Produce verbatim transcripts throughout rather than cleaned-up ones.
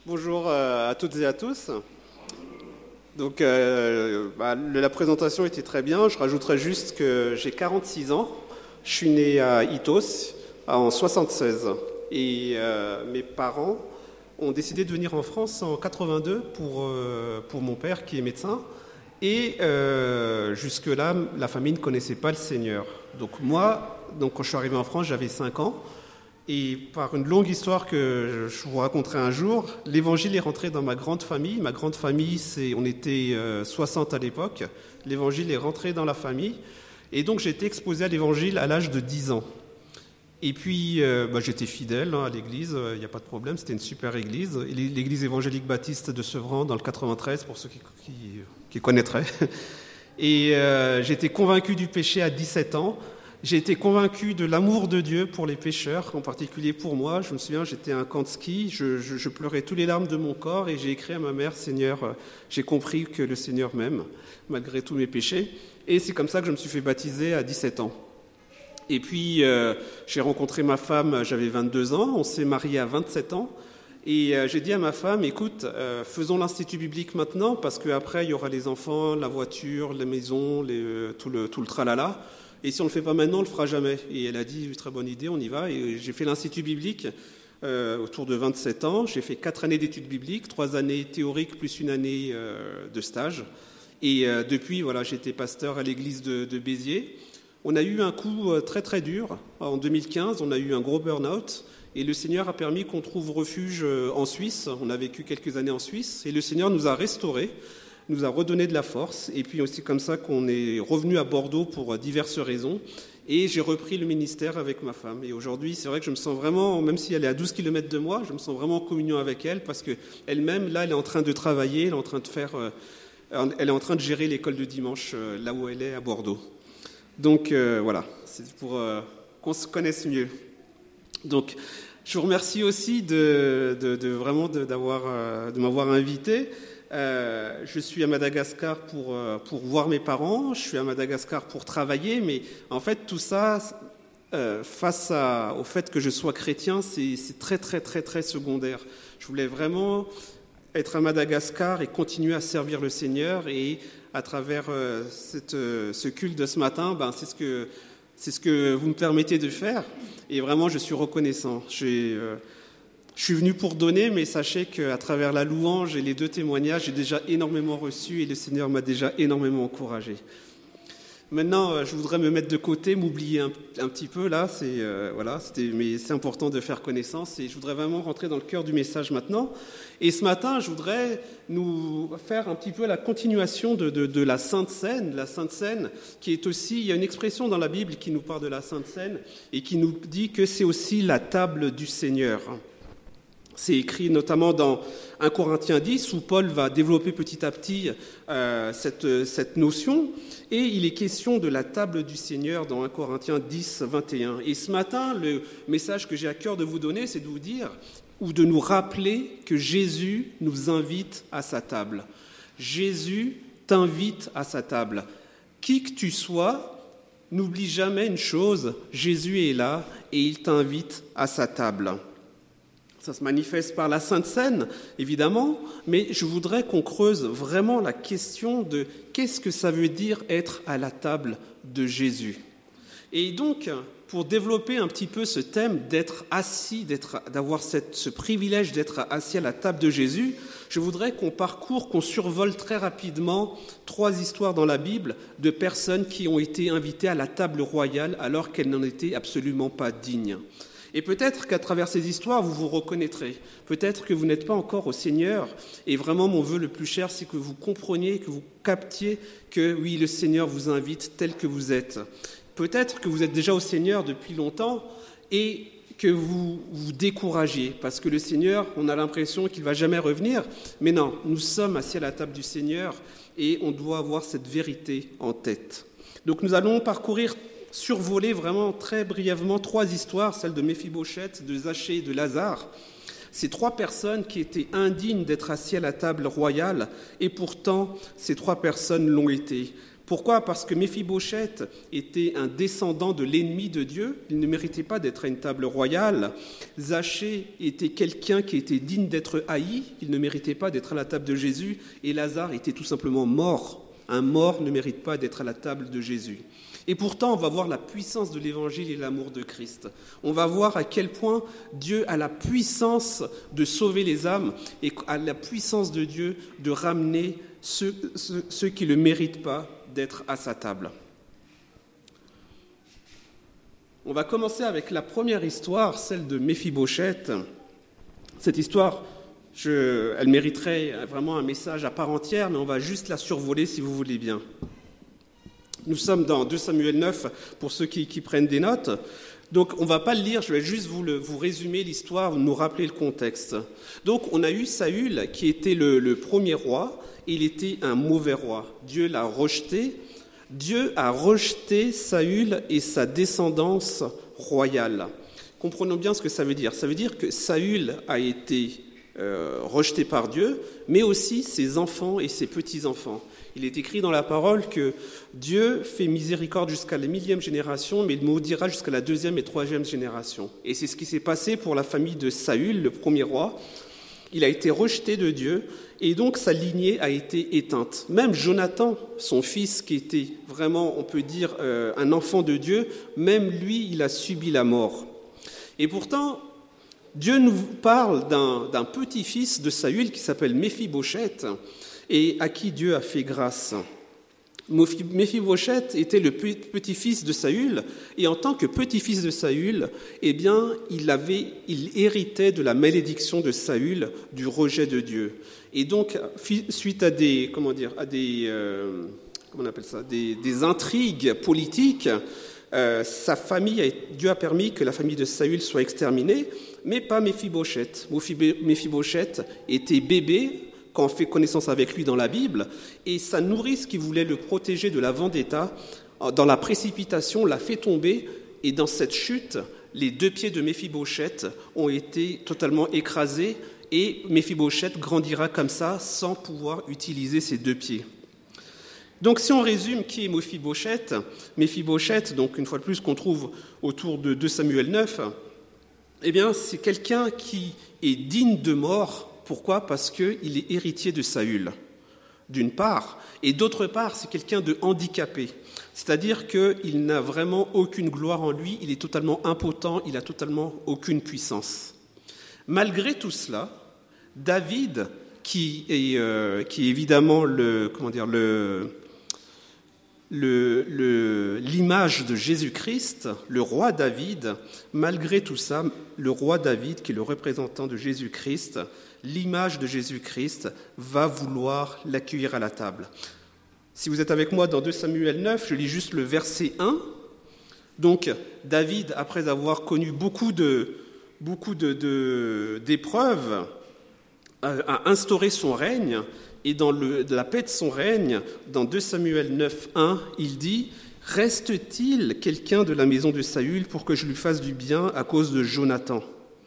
Bonjour euh, à toutes et à tous. Donc, euh, bah, la présentation était très bien. Je rajouterais juste que j'ai quarante-six ans. Je suis né à Itos en soixante-seize. Et euh, mes parents ont décidé de venir en France en quatre-vingt-deux pour, euh, pour mon père qui est médecin. Et euh, jusque-là, la famille ne connaissait pas le Seigneur. Donc moi, donc, quand je suis arrivé en France, j'avais cinq ans. Et par une longue histoire que je vous raconterai un jour, l'évangile est rentré dans ma grande famille. Ma grande famille, c'est, on était euh, soixante à l'époque. L'évangile est rentré dans la famille. Et donc j'ai été exposé à l'évangile à l'âge de dix ans. Et puis euh, bah, j'étais fidèle hein, à l'église, il euh, n'y a pas de problème, c'était une super église. L'église évangélique baptiste de Sevran dans le quatre-vingt-treize, pour ceux qui, qui, qui connaîtraient. Et euh, j'ai été convaincu du péché à dix-sept ans. J'ai été convaincu de l'amour de Dieu pour les pécheurs, en particulier pour moi. Je me souviens, j'étais à un camp de ski, je, je, je pleurais tous les larmes de mon corps et j'ai écrit à ma mère, Seigneur, j'ai compris que le Seigneur m'aime, malgré tous mes péchés. Et c'est comme ça que je me suis fait baptiser à dix-sept ans. Et puis, euh, j'ai rencontré ma femme, j'avais vingt-deux ans, on s'est mariés à vingt-sept ans. Et euh, j'ai dit à ma femme, écoute, euh, faisons l'institut biblique maintenant, parce qu'après, il y aura les enfants, la voiture, la maison, les, euh, tout, le, tout le tralala. Et si on ne le fait pas maintenant, on ne le fera jamais. Et elle a dit, très bonne idée, on y va. Et j'ai fait l'institut biblique euh, autour de vingt-sept ans. J'ai fait quatre années d'études bibliques, trois années théoriques plus une année euh, de stage. Et euh, depuis, voilà, j'étais pasteur à l'église de, de Béziers. On a eu un coup euh, très très dur. En deux mille quinze, on a eu un gros burn-out. Et le Seigneur a permis qu'on trouve refuge euh, en Suisse. On a vécu quelques années en Suisse. Et le Seigneur nous a restaurés, nous a redonné de la force, et puis aussi comme ça qu'on est revenu à Bordeaux pour diverses raisons, et j'ai repris le ministère avec ma femme. Et aujourd'hui, c'est vrai que je me sens vraiment, même si elle est à douze kilomètres de moi, je me sens vraiment en communion avec elle, parce qu'elle-même, là, elle est en train de travailler, elle est en train de faire, euh, elle est en train de gérer l'école de dimanche, euh, là où elle est, à Bordeaux. Donc euh, voilà, c'est pour euh, qu'on se connaisse mieux. Donc, je vous remercie aussi de, de, de vraiment de, d'avoir, euh, de m'avoir invité. Euh, je suis à Madagascar pour, euh, pour voir mes parents, je suis à Madagascar pour travailler, mais en fait tout ça, euh, face à, au fait que je sois chrétien, c'est, c'est très très très très secondaire. Je voulais vraiment être à Madagascar et continuer à servir le Seigneur, et à travers euh, cette, euh, ce culte de ce matin, ben, c'est ce que, c'est ce que vous me permettez de faire, et vraiment je suis reconnaissant. J'ai... Euh, Je suis venu pour donner, mais sachez qu'à travers la louange et les deux témoignages, j'ai déjà énormément reçu et le Seigneur m'a déjà énormément encouragé. Maintenant, je voudrais me mettre de côté, m'oublier un, un petit peu là, c'est, euh, voilà, c'était, mais c'est important de faire connaissance et je voudrais vraiment rentrer dans le cœur du message maintenant. Et ce matin, je voudrais nous faire un petit peu la continuation de, de, de la Sainte Seine, la Sainte Seine qui est aussi, il y a une expression dans la Bible qui nous parle de la Sainte Seine et qui nous dit que c'est aussi la table du Seigneur. C'est écrit notamment dans un Corinthiens dix, où Paul va développer petit à petit euh, cette, cette notion. Et il est question de la table du Seigneur dans un Corinthiens dix, vingt et un. Et ce matin, le message que j'ai à cœur de vous donner, c'est de vous dire, ou de nous rappeler que Jésus nous invite à sa table. Jésus t'invite à sa table. Qui que tu sois, n'oublie jamais une chose, Jésus est là et il t'invite à sa table. Ça se manifeste par la Sainte Seine, évidemment, mais je voudrais qu'on creuse vraiment la question de qu'est-ce que ça veut dire être à la table de Jésus. Et donc, pour développer un petit peu ce thème d'être assis, d'être, d'avoir cette, ce privilège d'être assis à la table de Jésus, je voudrais qu'on parcourt, qu'on survole très rapidement trois histoires dans la Bible de personnes qui ont été invitées à la table royale alors qu'elles n'en étaient absolument pas dignes. Et peut-être qu'à travers ces histoires, vous vous reconnaîtrez. Peut-être que vous n'êtes pas encore au Seigneur. Et vraiment, mon vœu le plus cher, c'est que vous compreniez, que vous captiez que, oui, le Seigneur vous invite tel que vous êtes. Peut-être que vous êtes déjà au Seigneur depuis longtemps et que vous vous découragiez. Parce que le Seigneur, on a l'impression qu'il ne va jamais revenir. Mais non, nous sommes assis à la table du Seigneur et on doit avoir cette vérité en tête. Donc nous allons parcourir survoler vraiment très brièvement trois histoires, celle de Méphibosheth, de Zachée et de Lazare. Ces trois personnes qui étaient indignes d'être assis à la table royale, et pourtant, ces trois personnes l'ont été. Pourquoi ? Parce que Méphibosheth était un descendant de l'ennemi de Dieu. Il ne méritait pas d'être à une table royale. Zachée était quelqu'un qui était digne d'être haï. Il ne méritait pas d'être à la table de Jésus. Et Lazare était tout simplement mort. Un mort ne mérite pas d'être à la table de Jésus. Et pourtant, on va voir la puissance de l'Évangile et l'amour de Christ. On va voir à quel point Dieu a la puissance de sauver les âmes et a la puissance de Dieu de ramener ceux, ceux, ceux qui ne le méritent pas d'être à sa table. On va commencer avec la première histoire, celle de Méphibosheth. Cette histoire, je, elle mériterait vraiment un message à part entière, mais on va juste la survoler si vous voulez bien. Nous sommes dans deux Samuel neuf, pour ceux qui, qui prennent des notes. Donc, on ne va pas le lire, je vais juste vous, le, vous résumer l'histoire, nous rappeler le contexte. Donc, on a eu Saül, qui était le, le premier roi, et il était un mauvais roi. Dieu l'a rejeté. Dieu a rejeté Saül et sa descendance royale. Comprenons bien ce que ça veut dire. Ça veut dire que Saül a été euh, rejeté par Dieu, mais aussi ses enfants et ses petits-enfants. Il est écrit dans la parole que Dieu fait miséricorde jusqu'à la millième génération, mais il maudira jusqu'à la deuxième et troisième génération. Et c'est ce qui s'est passé pour la famille de Saül, le premier roi. Il a été rejeté de Dieu, et donc sa lignée a été éteinte. Même Jonathan, son fils, qui était vraiment, on peut dire, euh, un enfant de Dieu, même lui, il a subi la mort. Et pourtant, Dieu nous parle d'un, d'un petit-fils de Saül qui s'appelle Méphibosheth, et à qui Dieu a fait grâce. Méphibosheth était le petit-fils de Saül, et en tant que petit-fils de Saül, eh bien, il, avait, il héritait de la malédiction de Saül, du rejet de Dieu. Et donc, suite à des, comment dire, à des, euh, comment on appelle ça, des, des intrigues politiques, euh, sa famille, a, Dieu a permis que la famille de Saül soit exterminée, mais pas Méphibosheth. Méphibosheth était bébé quand on fait connaissance avec lui dans la Bible, et sa nourrice qui voulait le protéger de la vendetta, dans la précipitation, l'a fait tomber, et dans cette chute, les deux pieds de Méphibosheth ont été totalement écrasés, et Méphibosheth grandira comme ça, sans pouvoir utiliser ses deux pieds. Donc si on résume qui est Méphibosheth, Méphibosheth, donc une fois de plus qu'on trouve autour de deux Samuel neuf, eh bien c'est quelqu'un qui est digne de mort. Pourquoi ? Parce qu'il est héritier de Saül, d'une part, et d'autre part, c'est quelqu'un de handicapé. C'est-à-dire qu'il n'a vraiment aucune gloire en lui, il est totalement impotent, il n'a totalement aucune puissance. Malgré tout cela, David, qui est, euh, qui est évidemment le, comment dire, le, le, le, l'image de Jésus-Christ, le roi David, malgré tout ça, le roi David, qui est le représentant de Jésus-Christ, l'image de Jésus-Christ, va vouloir l'accueillir à la table. Si vous êtes avec moi dans deux Samuel neuf, je lis juste le verset un. Donc, David, après avoir connu beaucoup, de, beaucoup de, de, d'épreuves, a instauré son règne, et dans le, la paix de son règne, dans deux Samuel neuf, un, il dit « Reste-t-il quelqu'un de la maison de Saül pour que je lui fasse du bien à cause de Jonathan ?»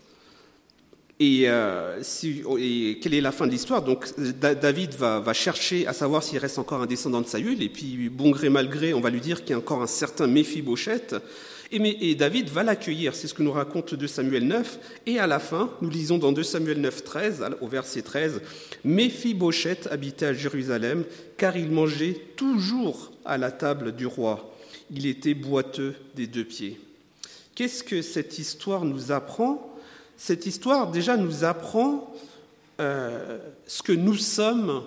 Et, euh, si, et quelle est la fin de l'histoire ? Donc David va, va chercher à savoir s'il reste encore un descendant de Saül, et puis bon gré mal gré, on va lui dire qu'il y a encore un certain Méphibosheth, et, et David va l'accueillir, c'est ce que nous raconte deux Samuel neuf, et à la fin, nous lisons dans deux Samuel neuf, treize, au verset treize, « Méphibosheth habitait à Jérusalem, car il mangeait toujours à la table du roi. Il était boiteux des deux pieds. » Qu'est-ce que cette histoire nous apprend ? Cette histoire, déjà, nous apprend euh, ce que nous sommes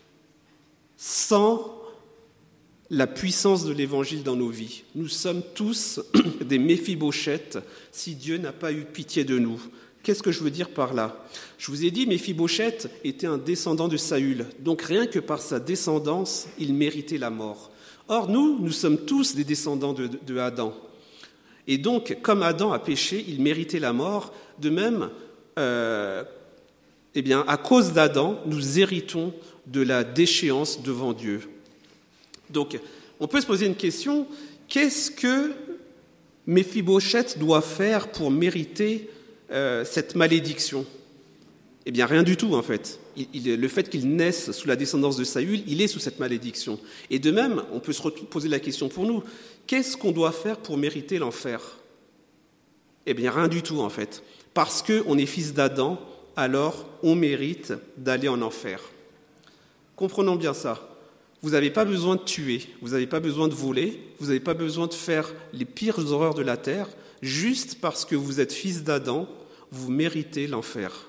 sans la puissance de l'Évangile dans nos vies. Nous sommes tous des Méphibosheth si Dieu n'a pas eu pitié de nous. Qu'est-ce que je veux dire par là ? Je vous ai dit, Méphibosheth était un descendant de Saül, donc rien que par sa descendance, il méritait la mort. Or, nous, nous sommes tous des descendants de, de Adam. Et donc, comme Adam a péché, il méritait la mort. De même, euh, eh bien, à cause d'Adam, nous héritons de la déchéance devant Dieu. Donc, on peut se poser une question, qu'est-ce que Méphibosheth doit faire pour mériter euh, cette malédiction ? Eh bien, rien du tout, en fait. Il, il, le fait qu'il naisse sous la descendance de Saül, il est sous cette malédiction. Et de même, on peut se poser la question pour nous, qu'est-ce qu'on doit faire pour mériter l'enfer ? Eh bien, rien du tout, en fait. Parce qu'on est fils d'Adam, alors on mérite d'aller en enfer. Comprenons bien ça. Vous n'avez pas besoin de tuer, vous n'avez pas besoin de voler, vous n'avez pas besoin de faire les pires horreurs de la terre, juste parce que vous êtes fils d'Adam, vous méritez l'enfer.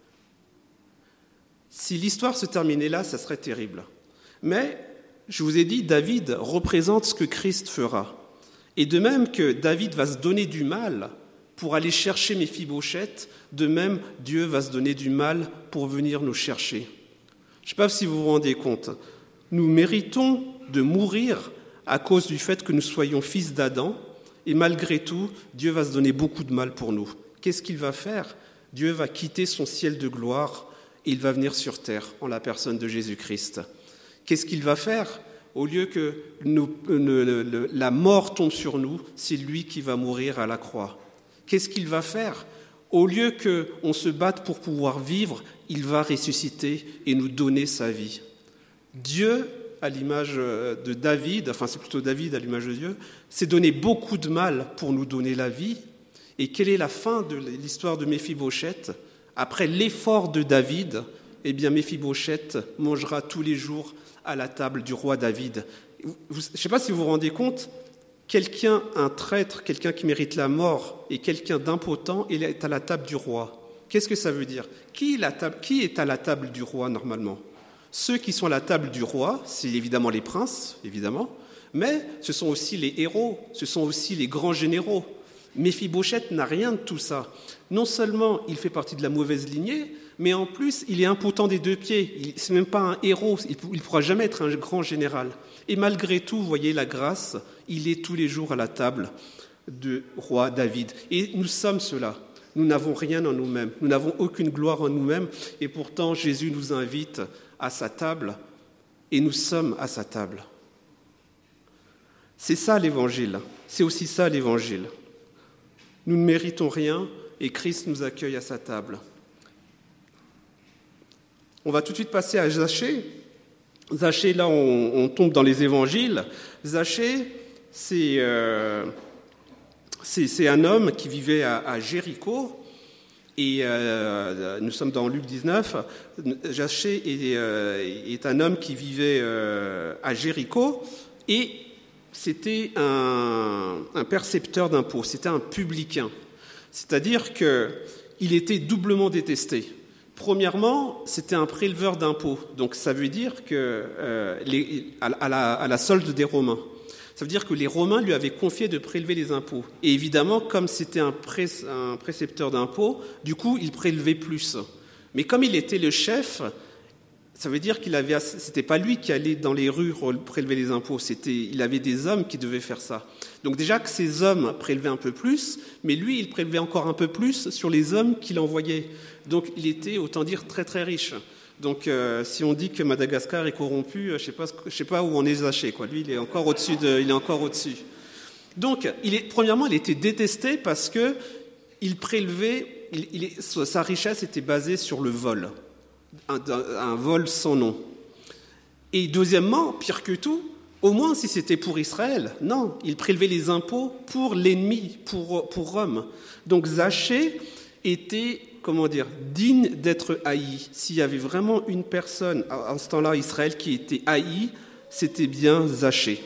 Si l'histoire se terminait là, ça serait terrible. Mais, je vous ai dit, David représente ce que Christ fera. Et de même que David va se donner du mal pour aller chercher Méphibosheth, de même, Dieu va se donner du mal pour venir nous chercher. Je ne sais pas si vous vous rendez compte. Nous méritons de mourir à cause du fait que nous soyons fils d'Adam, et malgré tout, Dieu va se donner beaucoup de mal pour nous. Qu'est-ce qu'il va faire ? Dieu va quitter son ciel de gloire et il va venir sur terre en la personne de Jésus-Christ. Qu'est-ce qu'il va faire ? Au lieu que nous, le, le, la mort tombe sur nous, c'est lui qui va mourir à la croix. Qu'est-ce qu'il va faire ? Au lieu qu'on se batte pour pouvoir vivre, il va ressusciter et nous donner sa vie. Dieu, à l'image de David, enfin c'est plutôt David à l'image de Dieu, s'est donné beaucoup de mal pour nous donner la vie. Et quelle est la fin de l'histoire de Méphibosheth ? Après l'effort de David, eh bien Méphibosheth mangera tous les jours à la table du roi David. Je ne sais pas si vous vous rendez compte, quelqu'un, un traître, quelqu'un qui mérite la mort et quelqu'un d'impotent, il est à la table du roi. Qu'est-ce que ça veut dire ? Qui est, la table, qui est à la table du roi normalement ? Ceux qui sont à la table du roi, c'est évidemment les princes, évidemment, mais ce sont aussi les héros, ce sont aussi les grands généraux. Méphibosheth n'a rien de tout ça. Non seulement il fait partie de la mauvaise lignée, mais en plus il est impotent des deux pieds. Ce n'est même pas un héros, il ne pourra jamais être un grand général. Et malgré tout, vous voyez la grâce, il est tous les jours à la table du roi David. Et nous sommes ceux-là. Nous n'avons rien en nous-mêmes, nous n'avons aucune gloire en nous-mêmes, et pourtant Jésus nous invite à sa table, et nous sommes à sa table. C'est ça l'évangile, c'est aussi ça l'évangile. Nous ne méritons rien, et Christ nous accueille à sa table. On va tout de suite passer à Zachée. Zachée, là, on, on tombe dans les évangiles. Zachée, c'est, euh, c'est, c'est un homme qui vivait à, à Jéricho. Et euh, nous sommes dans Luc dix-neuf. Zachée est, euh, est un homme qui vivait euh, à Jéricho. Et c'était un, un percepteur d'impôts. C'était un publicain. C'est-à-dire qu'il était doublement détesté. Premièrement, c'était un préleveur d'impôts, donc ça veut dire que euh, les, à, à, la, à la solde des Romains, ça veut dire que les Romains lui avaient confié de prélever les impôts. Et évidemment, comme c'était un, pré, un précepteur d'impôts, du coup, il prélevait plus. Mais comme il était le chef, ça veut dire qu'il avait, c'était pas lui qui allait dans les rues prélever les impôts, c'était, il avait des hommes qui devaient faire ça. Donc déjà que ces hommes prélevaient un peu plus, mais lui, il prélevait encore un peu plus sur les hommes qu'il envoyait. Donc il était, autant dire, très très riche. Donc euh, si on dit que Madagascar est corrompu, je ne sais pas, je sais pas où on est Zachée, quoi. Lui, il est encore au-dessus de, il est encore au-dessus. Donc, il est, premièrement, il était détesté parce que il prélevait, il, il est, sa richesse était basée sur le vol. Un, un vol sans nom. Et deuxièmement, pire que tout, au moins si c'était pour Israël, non, il prélevait les impôts pour l'ennemi, pour, pour Rome. Donc Zachée était, comment dire, digne d'être haï. S'il y avait vraiment une personne, à ce temps-là, Israël, qui était haï, c'était bien Zachée.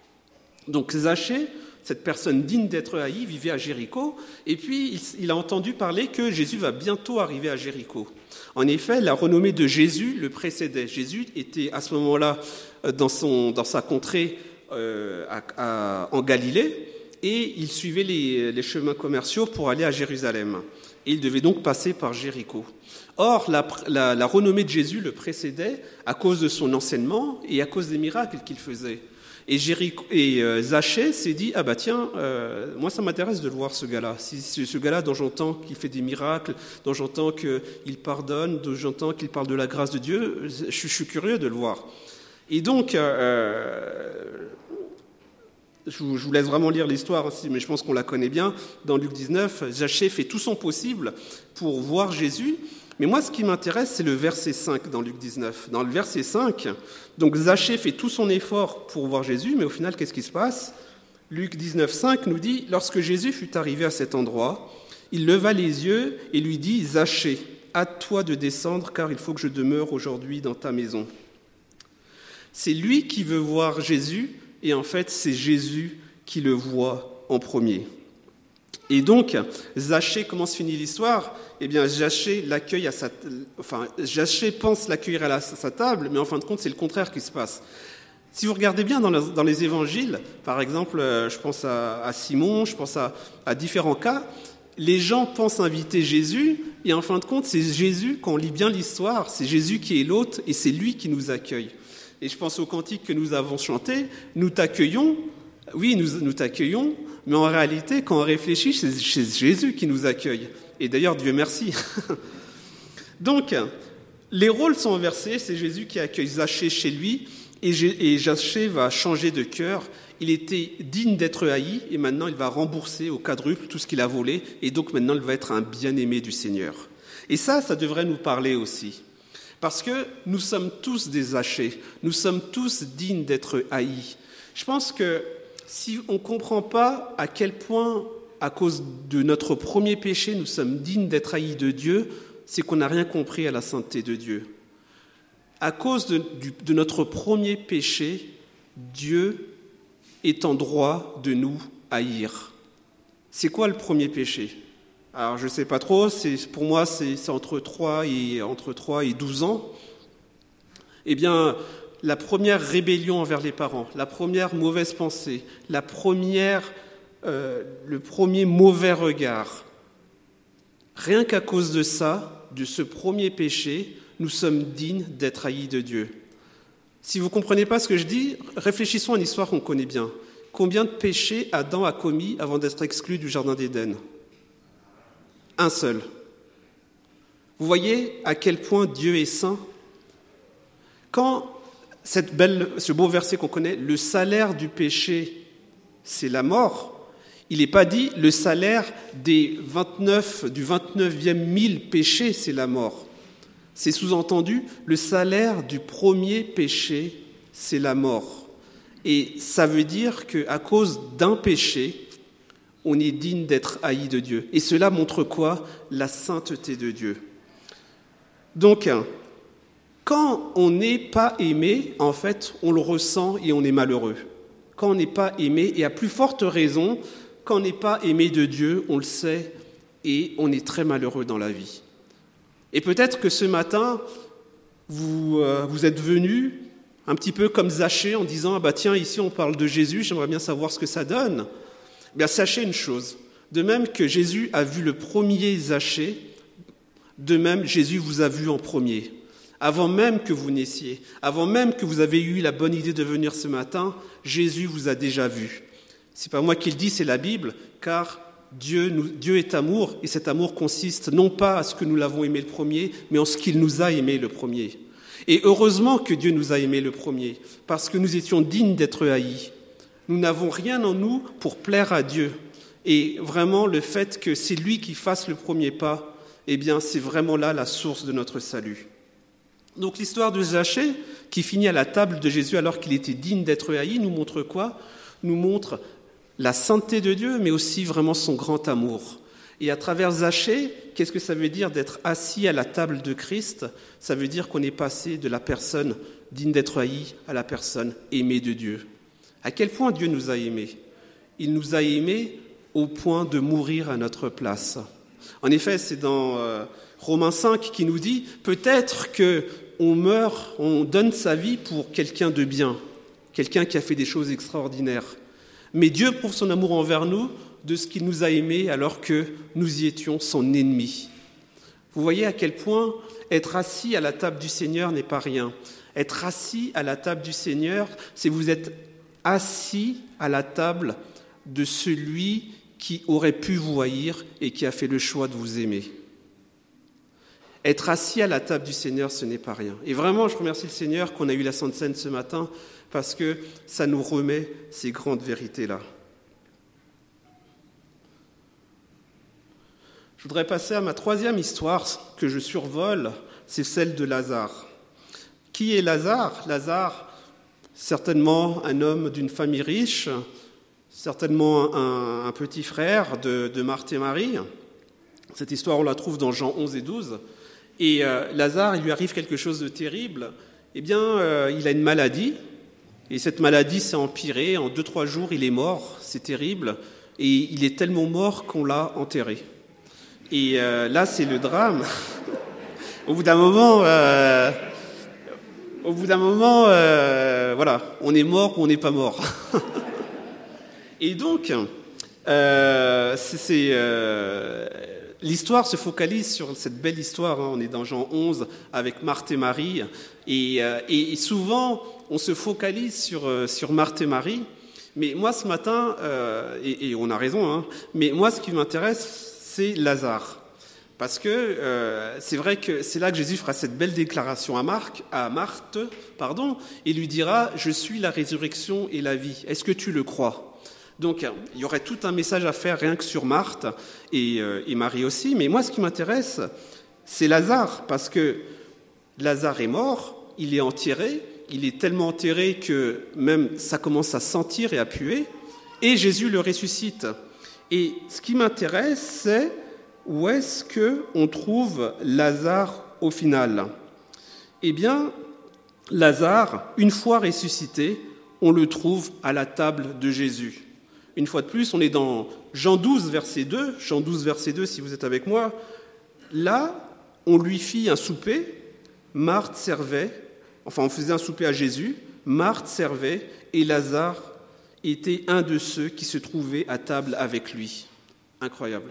Donc Zachée, cette personne digne d'être haï, vivait à Jéricho, et puis il, il a entendu parler que Jésus va bientôt arriver à Jéricho. En effet, la renommée de Jésus le précédait. Jésus était à ce moment-là dans, son, dans sa contrée euh, à, à, en Galilée, et il suivait les, les chemins commerciaux pour aller à Jérusalem. Et il devait donc passer par Jéricho. Or, la, la, la renommée de Jésus le précédait à cause de son enseignement et à cause des miracles qu'il faisait. Et, Jéricho, et euh, Zachée s'est dit, ah bah tiens, euh, moi ça m'intéresse de le voir ce gars-là. Si, ce, ce gars-là dont j'entends qu'il fait des miracles, dont j'entends qu'il pardonne, dont j'entends qu'il parle de la grâce de Dieu, je, je suis curieux de le voir. Et donc, euh, je, vous, je vous laisse vraiment lire l'histoire, mais je pense qu'on la connaît bien. Dans Luc dix-neuf, Zachée fait tout son possible pour voir Jésus. Mais moi, ce qui m'intéresse, c'est le verset cinq dans Luc dix-neuf. Dans le verset cinq, donc Zachée fait tout son effort pour voir Jésus, mais au final, qu'est-ce qui se passe ? Luc dix-neuf, cinq nous dit « Lorsque Jésus fut arrivé à cet endroit, il leva les yeux et lui dit « Zachée, hâte-toi de descendre, car il faut que je demeure aujourd'hui dans ta maison. » C'est lui qui veut voir Jésus, et en fait, c'est Jésus qui le voit en premier. Et donc, Zachée, comment se finit l'histoire ? Eh bien, Zachée l'accueille à sa, enfin, Zachée pense l'accueillir à, la, à sa table, mais en fin de compte, c'est le contraire qui se passe. Si vous regardez bien dans, le, dans les évangiles, par exemple, je pense à, à Simon, je pense à, à différents cas, les gens pensent inviter Jésus, et en fin de compte, c'est Jésus, quand on lit bien l'histoire, c'est Jésus qui est l'hôte, et c'est lui qui nous accueille. Et je pense au cantique que nous avons chanté, nous t'accueillons, oui, nous, nous t'accueillons, mais en réalité, quand on réfléchit, c'est Jésus qui nous accueille. Et d'ailleurs, Dieu merci. Donc, les rôles sont inversés, c'est Jésus qui accueille Zachée chez lui, et Zachée va changer de cœur. Il était digne d'être haï, et maintenant il va rembourser au quadruple tout ce qu'il a volé, et donc maintenant il va être un bien-aimé du Seigneur. Et ça, ça devrait nous parler aussi. Parce que nous sommes tous des Zachées, nous sommes tous dignes d'être haïs. Je pense que si on ne comprend pas à quel point, à cause de notre premier péché, nous sommes dignes d'être haïs de Dieu, c'est qu'on n'a rien compris à la sainteté de Dieu. À cause de, du, de notre premier péché, Dieu est en droit de nous haïr. C'est quoi le premier péché ? Alors, je ne sais pas trop, c'est, pour moi, c'est, c'est entre trois et, entre trois et douze ans. Eh bien, la première rébellion envers les parents, la première mauvaise pensée, la première, euh, le premier mauvais regard. Rien qu'à cause de ça, de ce premier péché, nous sommes dignes d'être haïs de Dieu. Si vous ne comprenez pas ce que je dis, réfléchissons à une histoire qu'on connaît bien. Combien de péchés Adam a commis avant d'être exclu du Jardin d'Éden ? Un seul. Vous voyez à quel point Dieu est saint ? Quand cette belle, ce beau verset qu'on connaît, le salaire du péché, c'est la mort, il n'est pas dit le salaire des vingt-neuf, du vingt-neuvième mille péchés, c'est la mort. C'est sous-entendu, le salaire du premier péché, c'est la mort. Et ça veut dire qu'à cause d'un péché, on est digne d'être haï de Dieu. Et cela montre quoi ? La sainteté de Dieu. Donc, quand on n'est pas aimé, en fait, on le ressent et on est malheureux. Quand on n'est pas aimé, et à plus forte raison, quand on n'est pas aimé de Dieu, on le sait, et on est très malheureux dans la vie. Et peut-être que ce matin, vous, euh, vous êtes venu un petit peu comme Zachée en disant « Ah bah tiens, ici on parle de Jésus, j'aimerais bien savoir ce que ça donne. » Bien, sachez une chose, de même que Jésus a vu le premier Zachée, de même Jésus vous a vu en premier. Avant même que vous naissiez, avant même que vous avez eu la bonne idée de venir ce matin, Jésus vous a déjà vu. C'est pas moi qui le dis, c'est la Bible, car Dieu, nous, Dieu est amour, et cet amour consiste non pas à ce que nous l'avons aimé le premier, mais en ce qu'il nous a aimé le premier. Et heureusement que Dieu nous a aimé le premier, parce que nous étions dignes d'être haïs. Nous n'avons rien en nous pour plaire à Dieu. Et vraiment, le fait que c'est lui qui fasse le premier pas, eh bien, c'est vraiment là la source de notre salut. Donc l'histoire de Zachée, qui finit à la table de Jésus alors qu'il était digne d'être haï, nous montre quoi ? Nous montre la sainteté de Dieu, mais aussi vraiment son grand amour. Et à travers Zachée, qu'est-ce que ça veut dire d'être assis à la table de Christ ? Ça veut dire qu'on est passé de la personne digne d'être haï à la personne aimée de Dieu. À quel point Dieu nous a aimés ? Il nous a aimés au point de mourir à notre place. En effet, c'est dans euh, Romains cinq qui nous dit « Peut-être qu'on meurt, on donne sa vie pour quelqu'un de bien, quelqu'un qui a fait des choses extraordinaires. Mais Dieu prouve son amour envers nous de ce qu'il nous a aimés alors que nous y étions son ennemi. » Vous voyez à quel point être assis à la table du Seigneur n'est pas rien. Être assis à la table du Seigneur, c'est vous êtes assis à la table de celui qui aurait pu vous haïr et qui a fait le choix de vous aimer. Être assis à la table du Seigneur, ce n'est pas rien. Et vraiment, je remercie le Seigneur qu'on a eu la Sainte Seine ce matin parce que ça nous remet ces grandes vérités-là. Je voudrais passer à ma troisième histoire que je survole, c'est celle de Lazare. Qui est Lazare ? Lazare, certainement un homme d'une famille riche, certainement un, un petit frère de, de Marthe et Marie. Cette histoire, on la trouve dans Jean onze et douze. Et euh, Lazare, il lui arrive quelque chose de terrible. Eh bien, euh, il a une maladie, et cette maladie s'est empirée. En deux, trois jours, il est mort, c'est terrible. Et il est tellement mort qu'on l'a enterré. Et euh, là, c'est le drame. Au bout d'un moment, euh, au bout d'un moment, euh, voilà, on est mort ou on n'est pas mort. Et donc, euh, c'est, c'est, euh, l'histoire se focalise sur cette belle histoire. Hein. On est dans Jean onze avec Marthe et Marie, et, euh, et souvent, on se focalise sur sur Marthe et Marie. Mais moi, ce matin, euh, et, et on a raison, hein, mais moi, ce qui m'intéresse, c'est Lazare. Parce que euh, c'est vrai que c'est là que Jésus fera cette belle déclaration à, Marc, à Marthe, pardon, et lui dira « Je suis la résurrection et la vie. Est-ce que tu le crois ?» Donc, il y aurait tout un message à faire rien que sur Marthe et, euh, et Marie aussi. Mais moi, ce qui m'intéresse, c'est Lazare. Parce que Lazare est mort, il est enterré, il est tellement enterré que même ça commence à sentir et à puer. Et Jésus le ressuscite. Et ce qui m'intéresse, c'est où est-ce qu'on trouve Lazare au final ? Eh bien, Lazare, une fois ressuscité, on le trouve à la table de Jésus. Une fois de plus, on est dans Jean douze, verset deux. Jean douze, verset deux, si vous êtes avec moi. Là, on lui fit un souper, Marthe servait, enfin on faisait un souper à Jésus, Marthe servait et Lazare était un de ceux qui se trouvaient à table avec lui. Incroyable.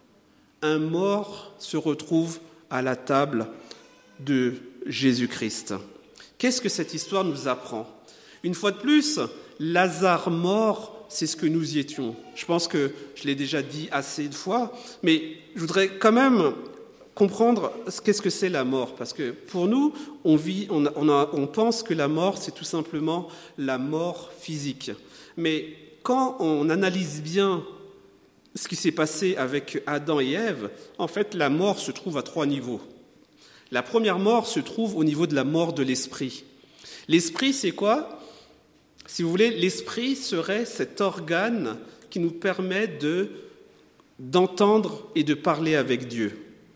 Un mort se retrouve à la table de Jésus-Christ. Qu'est-ce que cette histoire nous apprend ? Une fois de plus, Lazare mort, c'est ce que nous y étions. Je pense que je l'ai déjà dit assez de fois, mais je voudrais quand même comprendre qu'est-ce que c'est la mort. Parce que pour nous, on, vit, on, a, on, a, on pense que la mort, c'est tout simplement la mort physique. Mais quand on analyse bien ce qui s'est passé avec Adam et Ève, en fait, la mort se trouve à trois niveaux. La première mort se trouve au niveau de la mort de l'esprit. L'esprit, c'est quoi ? Si vous voulez, l'esprit serait cet organe qui nous permet de, d'entendre et de parler avec Dieu.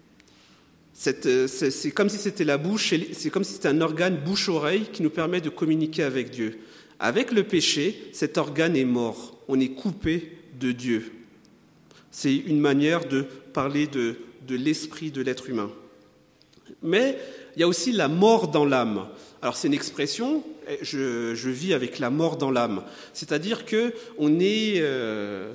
C'est, c'est, c'est comme si c'était la bouche, c'est comme si c'était un organe bouche-oreille qui nous permet de communiquer avec Dieu. Avec le péché, cet organe est mort. On est coupé de Dieu. C'est une manière de parler de, de l'esprit de l'être humain. Mais il y a aussi la mort dans l'âme. Alors c'est une expression, je, je vis avec la mort dans l'âme. C'est-à-dire qu'on est, euh,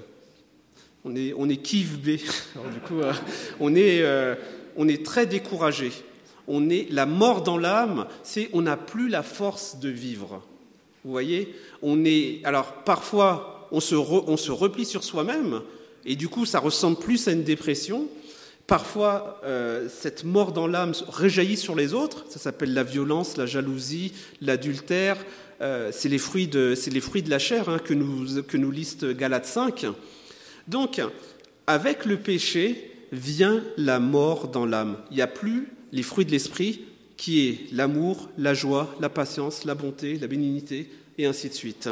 on est, on est kiff-bé. Alors du coup, euh, on est, euh, on est très découragé. On est, la mort dans l'âme, c'est on n'a plus la force de vivre. Vous voyez, on est, alors parfois on se, re, on se replie sur soi-même. Et du coup, ça ressemble plus à une dépression. Parfois, euh, cette mort dans l'âme rejaillit sur les autres. Ça s'appelle la violence, la jalousie, l'adultère. Euh, c'est les fruits de, c'est les fruits de la chair hein, que nous, que nous liste Galates cinq. Donc, avec le péché vient la mort dans l'âme. Il n'y a plus les fruits de l'esprit, qui est l'amour, la joie, la patience, la bonté, la bénignité, et ainsi de suite.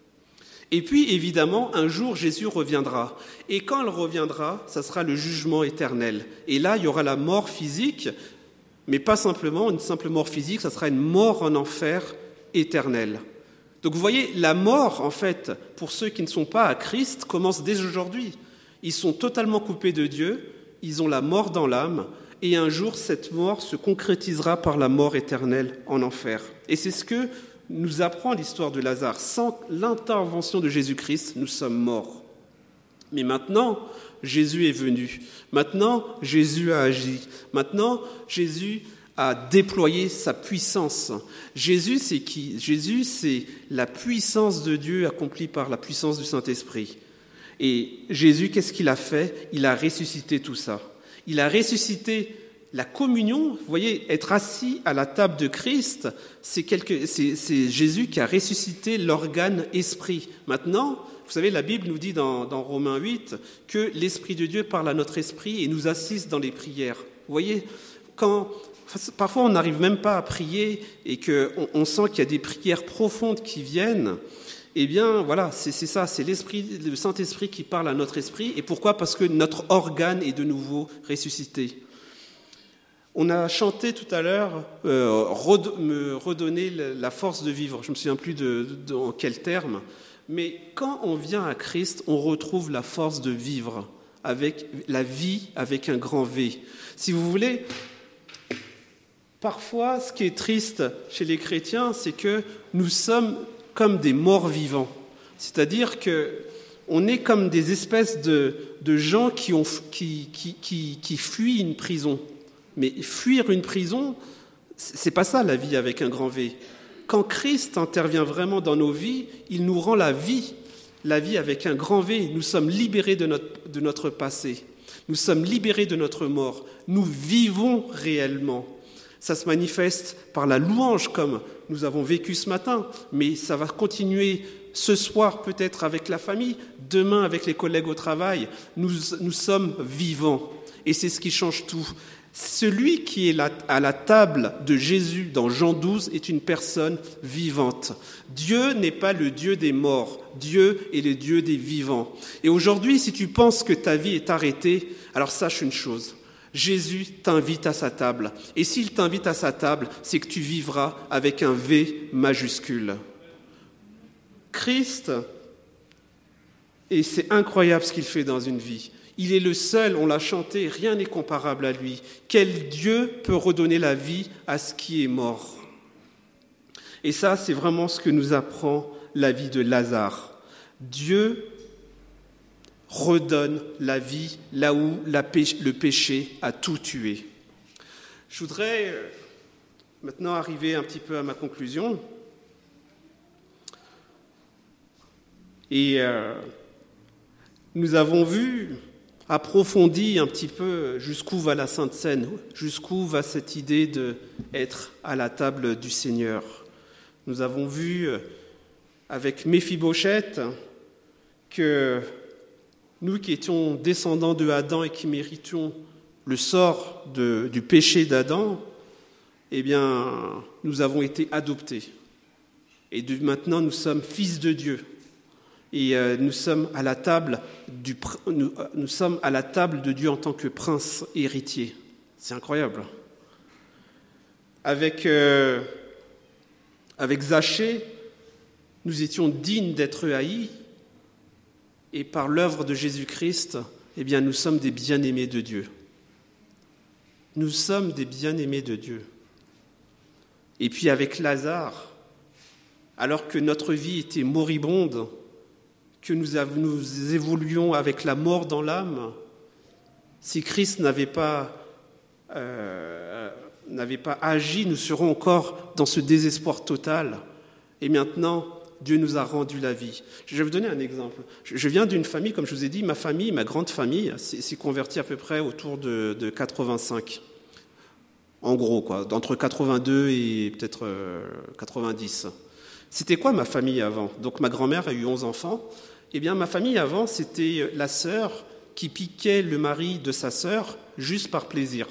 Et puis, évidemment, un jour, Jésus reviendra. Et quand il reviendra, ça sera le jugement éternel. Et là, il y aura la mort physique, mais pas simplement une simple mort physique, ça sera une mort en enfer éternelle. Donc, vous voyez, la mort, en fait, pour ceux qui ne sont pas à Christ, commence dès aujourd'hui. Ils sont totalement coupés de Dieu, ils ont la mort dans l'âme, et un jour, cette mort se concrétisera par la mort éternelle en enfer. Et c'est ce que nous apprend l'histoire de Lazare. Sans l'intervention de Jésus-Christ, nous sommes morts. Mais maintenant, Jésus est venu. Maintenant, Jésus a agi. Maintenant, Jésus a déployé sa puissance. Jésus, c'est qui ? Jésus, c'est la puissance de Dieu accomplie par la puissance du Saint-Esprit. Et Jésus, qu'est-ce qu'il a fait ? Il a ressuscité tout ça. Il a ressuscité la communion, vous voyez, être assis à la table de Christ, c'est, quelque, c'est, c'est Jésus qui a ressuscité l'organe esprit. Maintenant, Vous savez, la Bible nous dit dans, dans Romains huit que l'Esprit de Dieu parle à notre esprit et nous assiste dans les prières. Vous voyez, quand, parfois on n'arrive même pas à prier et qu'on on sent qu'il y a des prières profondes qui viennent, eh bien voilà, c'est, c'est ça, c'est l'esprit, le Saint-Esprit qui parle à notre esprit. Et pourquoi ? Parce que notre organe est de nouveau ressuscité. On a chanté tout à l'heure euh, red, me redonner la force de vivre. Je ne me souviens plus de, de, de en quel terme. Mais quand on vient à Christ, on retrouve la force de vivre, avec la vie avec un grand V. Si vous voulez, parfois, ce qui est triste chez les chrétiens, c'est que nous sommes comme des morts vivants. C'est-à-dire qu'on est comme des espèces de, de gens qui, ont, qui, qui, qui, qui fuient une prison. Mais fuir une prison, c'est pas ça la vie avec un grand V. Quand Christ intervient vraiment dans nos vies, il nous rend la vie, la vie avec un grand V. Nous sommes libérés de notre, de notre passé. Nous sommes libérés de notre mort. Nous vivons réellement. Ça se manifeste par la louange comme nous avons vécu ce matin, mais ça va continuer ce soir peut-être avec la famille, demain avec les collègues au travail. Nous, nous sommes vivants et c'est ce qui change tout. Celui qui est à la table de Jésus dans Jean douze est une personne vivante. Dieu n'est pas le Dieu des morts, Dieu est le Dieu des vivants. Et aujourd'hui, si tu penses que ta vie est arrêtée, alors sache une chose, Jésus t'invite à sa table. Et s'il t'invite à sa table, c'est que tu vivras avec un V majuscule. Christ, et c'est incroyable ce qu'il fait dans une vie. Il est le seul, on l'a chanté, rien n'est comparable à lui. Quel Dieu peut redonner la vie à ce qui est mort ? Et ça, c'est vraiment ce que nous apprend la vie de Lazare. Dieu redonne la vie là où la péché, le péché a tout tué. Je voudrais maintenant arriver un petit peu à ma conclusion. Et euh, nous avons vu, approfondi un petit peu jusqu'où va la Sainte Seine, jusqu'où va cette idée d'être à la table du Seigneur. Nous avons vu avec Méphibosheth que nous qui étions descendants de Adam et qui méritions le sort de, du péché d'Adam, eh bien, nous avons été adoptés. Et de, maintenant, nous sommes fils de Dieu. Et euh, nous sommes à la table du, nous, nous sommes à la table de Dieu en tant que prince héritier. C'est incroyable. Avec, euh, avec Zachée, nous étions dignes d'être haïs. Et par l'œuvre de Jésus-Christ, eh bien, nous sommes des bien-aimés de Dieu. Nous sommes des bien-aimés de Dieu. Et puis avec Lazare, alors que notre vie était moribonde, que nous, nous évoluions avec la mort dans l'âme, si Christ n'avait pas, euh, n'avait pas agi, nous serons encore dans ce désespoir total. Et maintenant, Dieu nous a rendu la vie. Je vais vous donner un exemple. Je viens d'une famille, comme je vous ai dit, ma famille, ma grande famille, s'est convertie à peu près autour de, de quatre-vingt-cinq. En gros, quoi, d'entre quatre-vingt-deux et peut-être euh, quatre-vingt-dix. C'était quoi ma famille avant ? Donc ma grand-mère a eu onze enfants. Eh bien, ma famille avant, c'était la sœur qui piquait le mari de sa sœur juste par plaisir.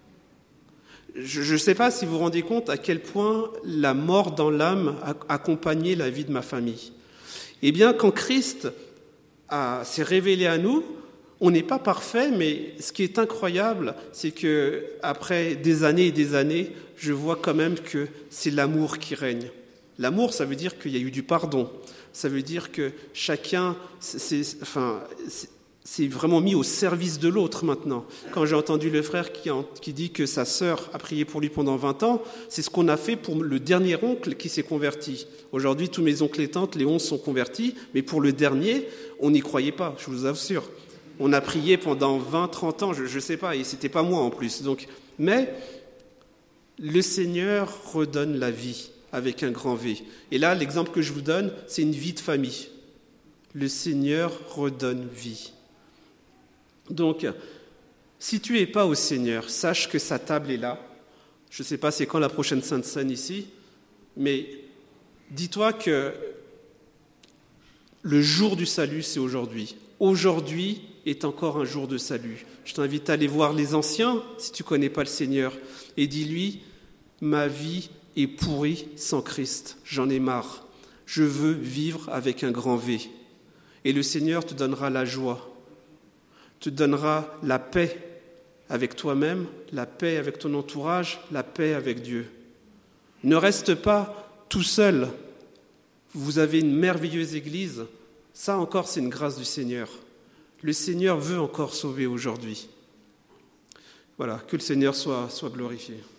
Je ne sais pas si vous vous rendez compte à quel point la mort dans l'âme a accompagné la vie de ma famille. Eh bien, quand Christ a, s'est révélé à nous, on n'est pas parfait, mais ce qui est incroyable, c'est que après des années et des années, je vois quand même que c'est l'amour qui règne. L'amour, ça veut dire qu'il y a eu du pardon. Ça veut dire que chacun, c'est, enfin, c'est, c'est vraiment mis au service de l'autre maintenant. Quand j'ai entendu le frère qui, en, qui dit que sa sœur a prié pour lui pendant vingt ans, c'est ce qu'on a fait pour le dernier oncle qui s'est converti. Aujourd'hui, tous mes oncles et tantes, les onze sont convertis, mais pour le dernier, on n'y croyait pas, je vous assure. On a prié pendant vingt, trente ans, je ne sais pas, et c'était pas moi en plus. Donc, mais le Seigneur redonne la vie avec un grand V. Et là, l'exemple que je vous donne, c'est une vie de famille. Le Seigneur redonne vie. Donc, si tu n'es pas au Seigneur, sache que sa table est là. Je ne sais pas c'est quand la prochaine Sainte Seine ici, mais dis-toi que Le jour du salut, c'est aujourd'hui. Aujourd'hui est encore un jour de salut. Je t'invite à aller voir les anciens, si tu ne connais pas le Seigneur, et dis-lui, ma vie est pourrie sans Christ, j'en ai marre. Je veux vivre avec un grand V. Et le Seigneur te donnera la joie, te donnera la paix avec toi-même, la paix avec ton entourage, la paix avec Dieu. Ne reste pas tout seul. Vous avez une merveilleuse église. Ça encore, c'est une grâce du Seigneur. Le Seigneur veut encore sauver aujourd'hui. Voilà, que le Seigneur soit, soit glorifié.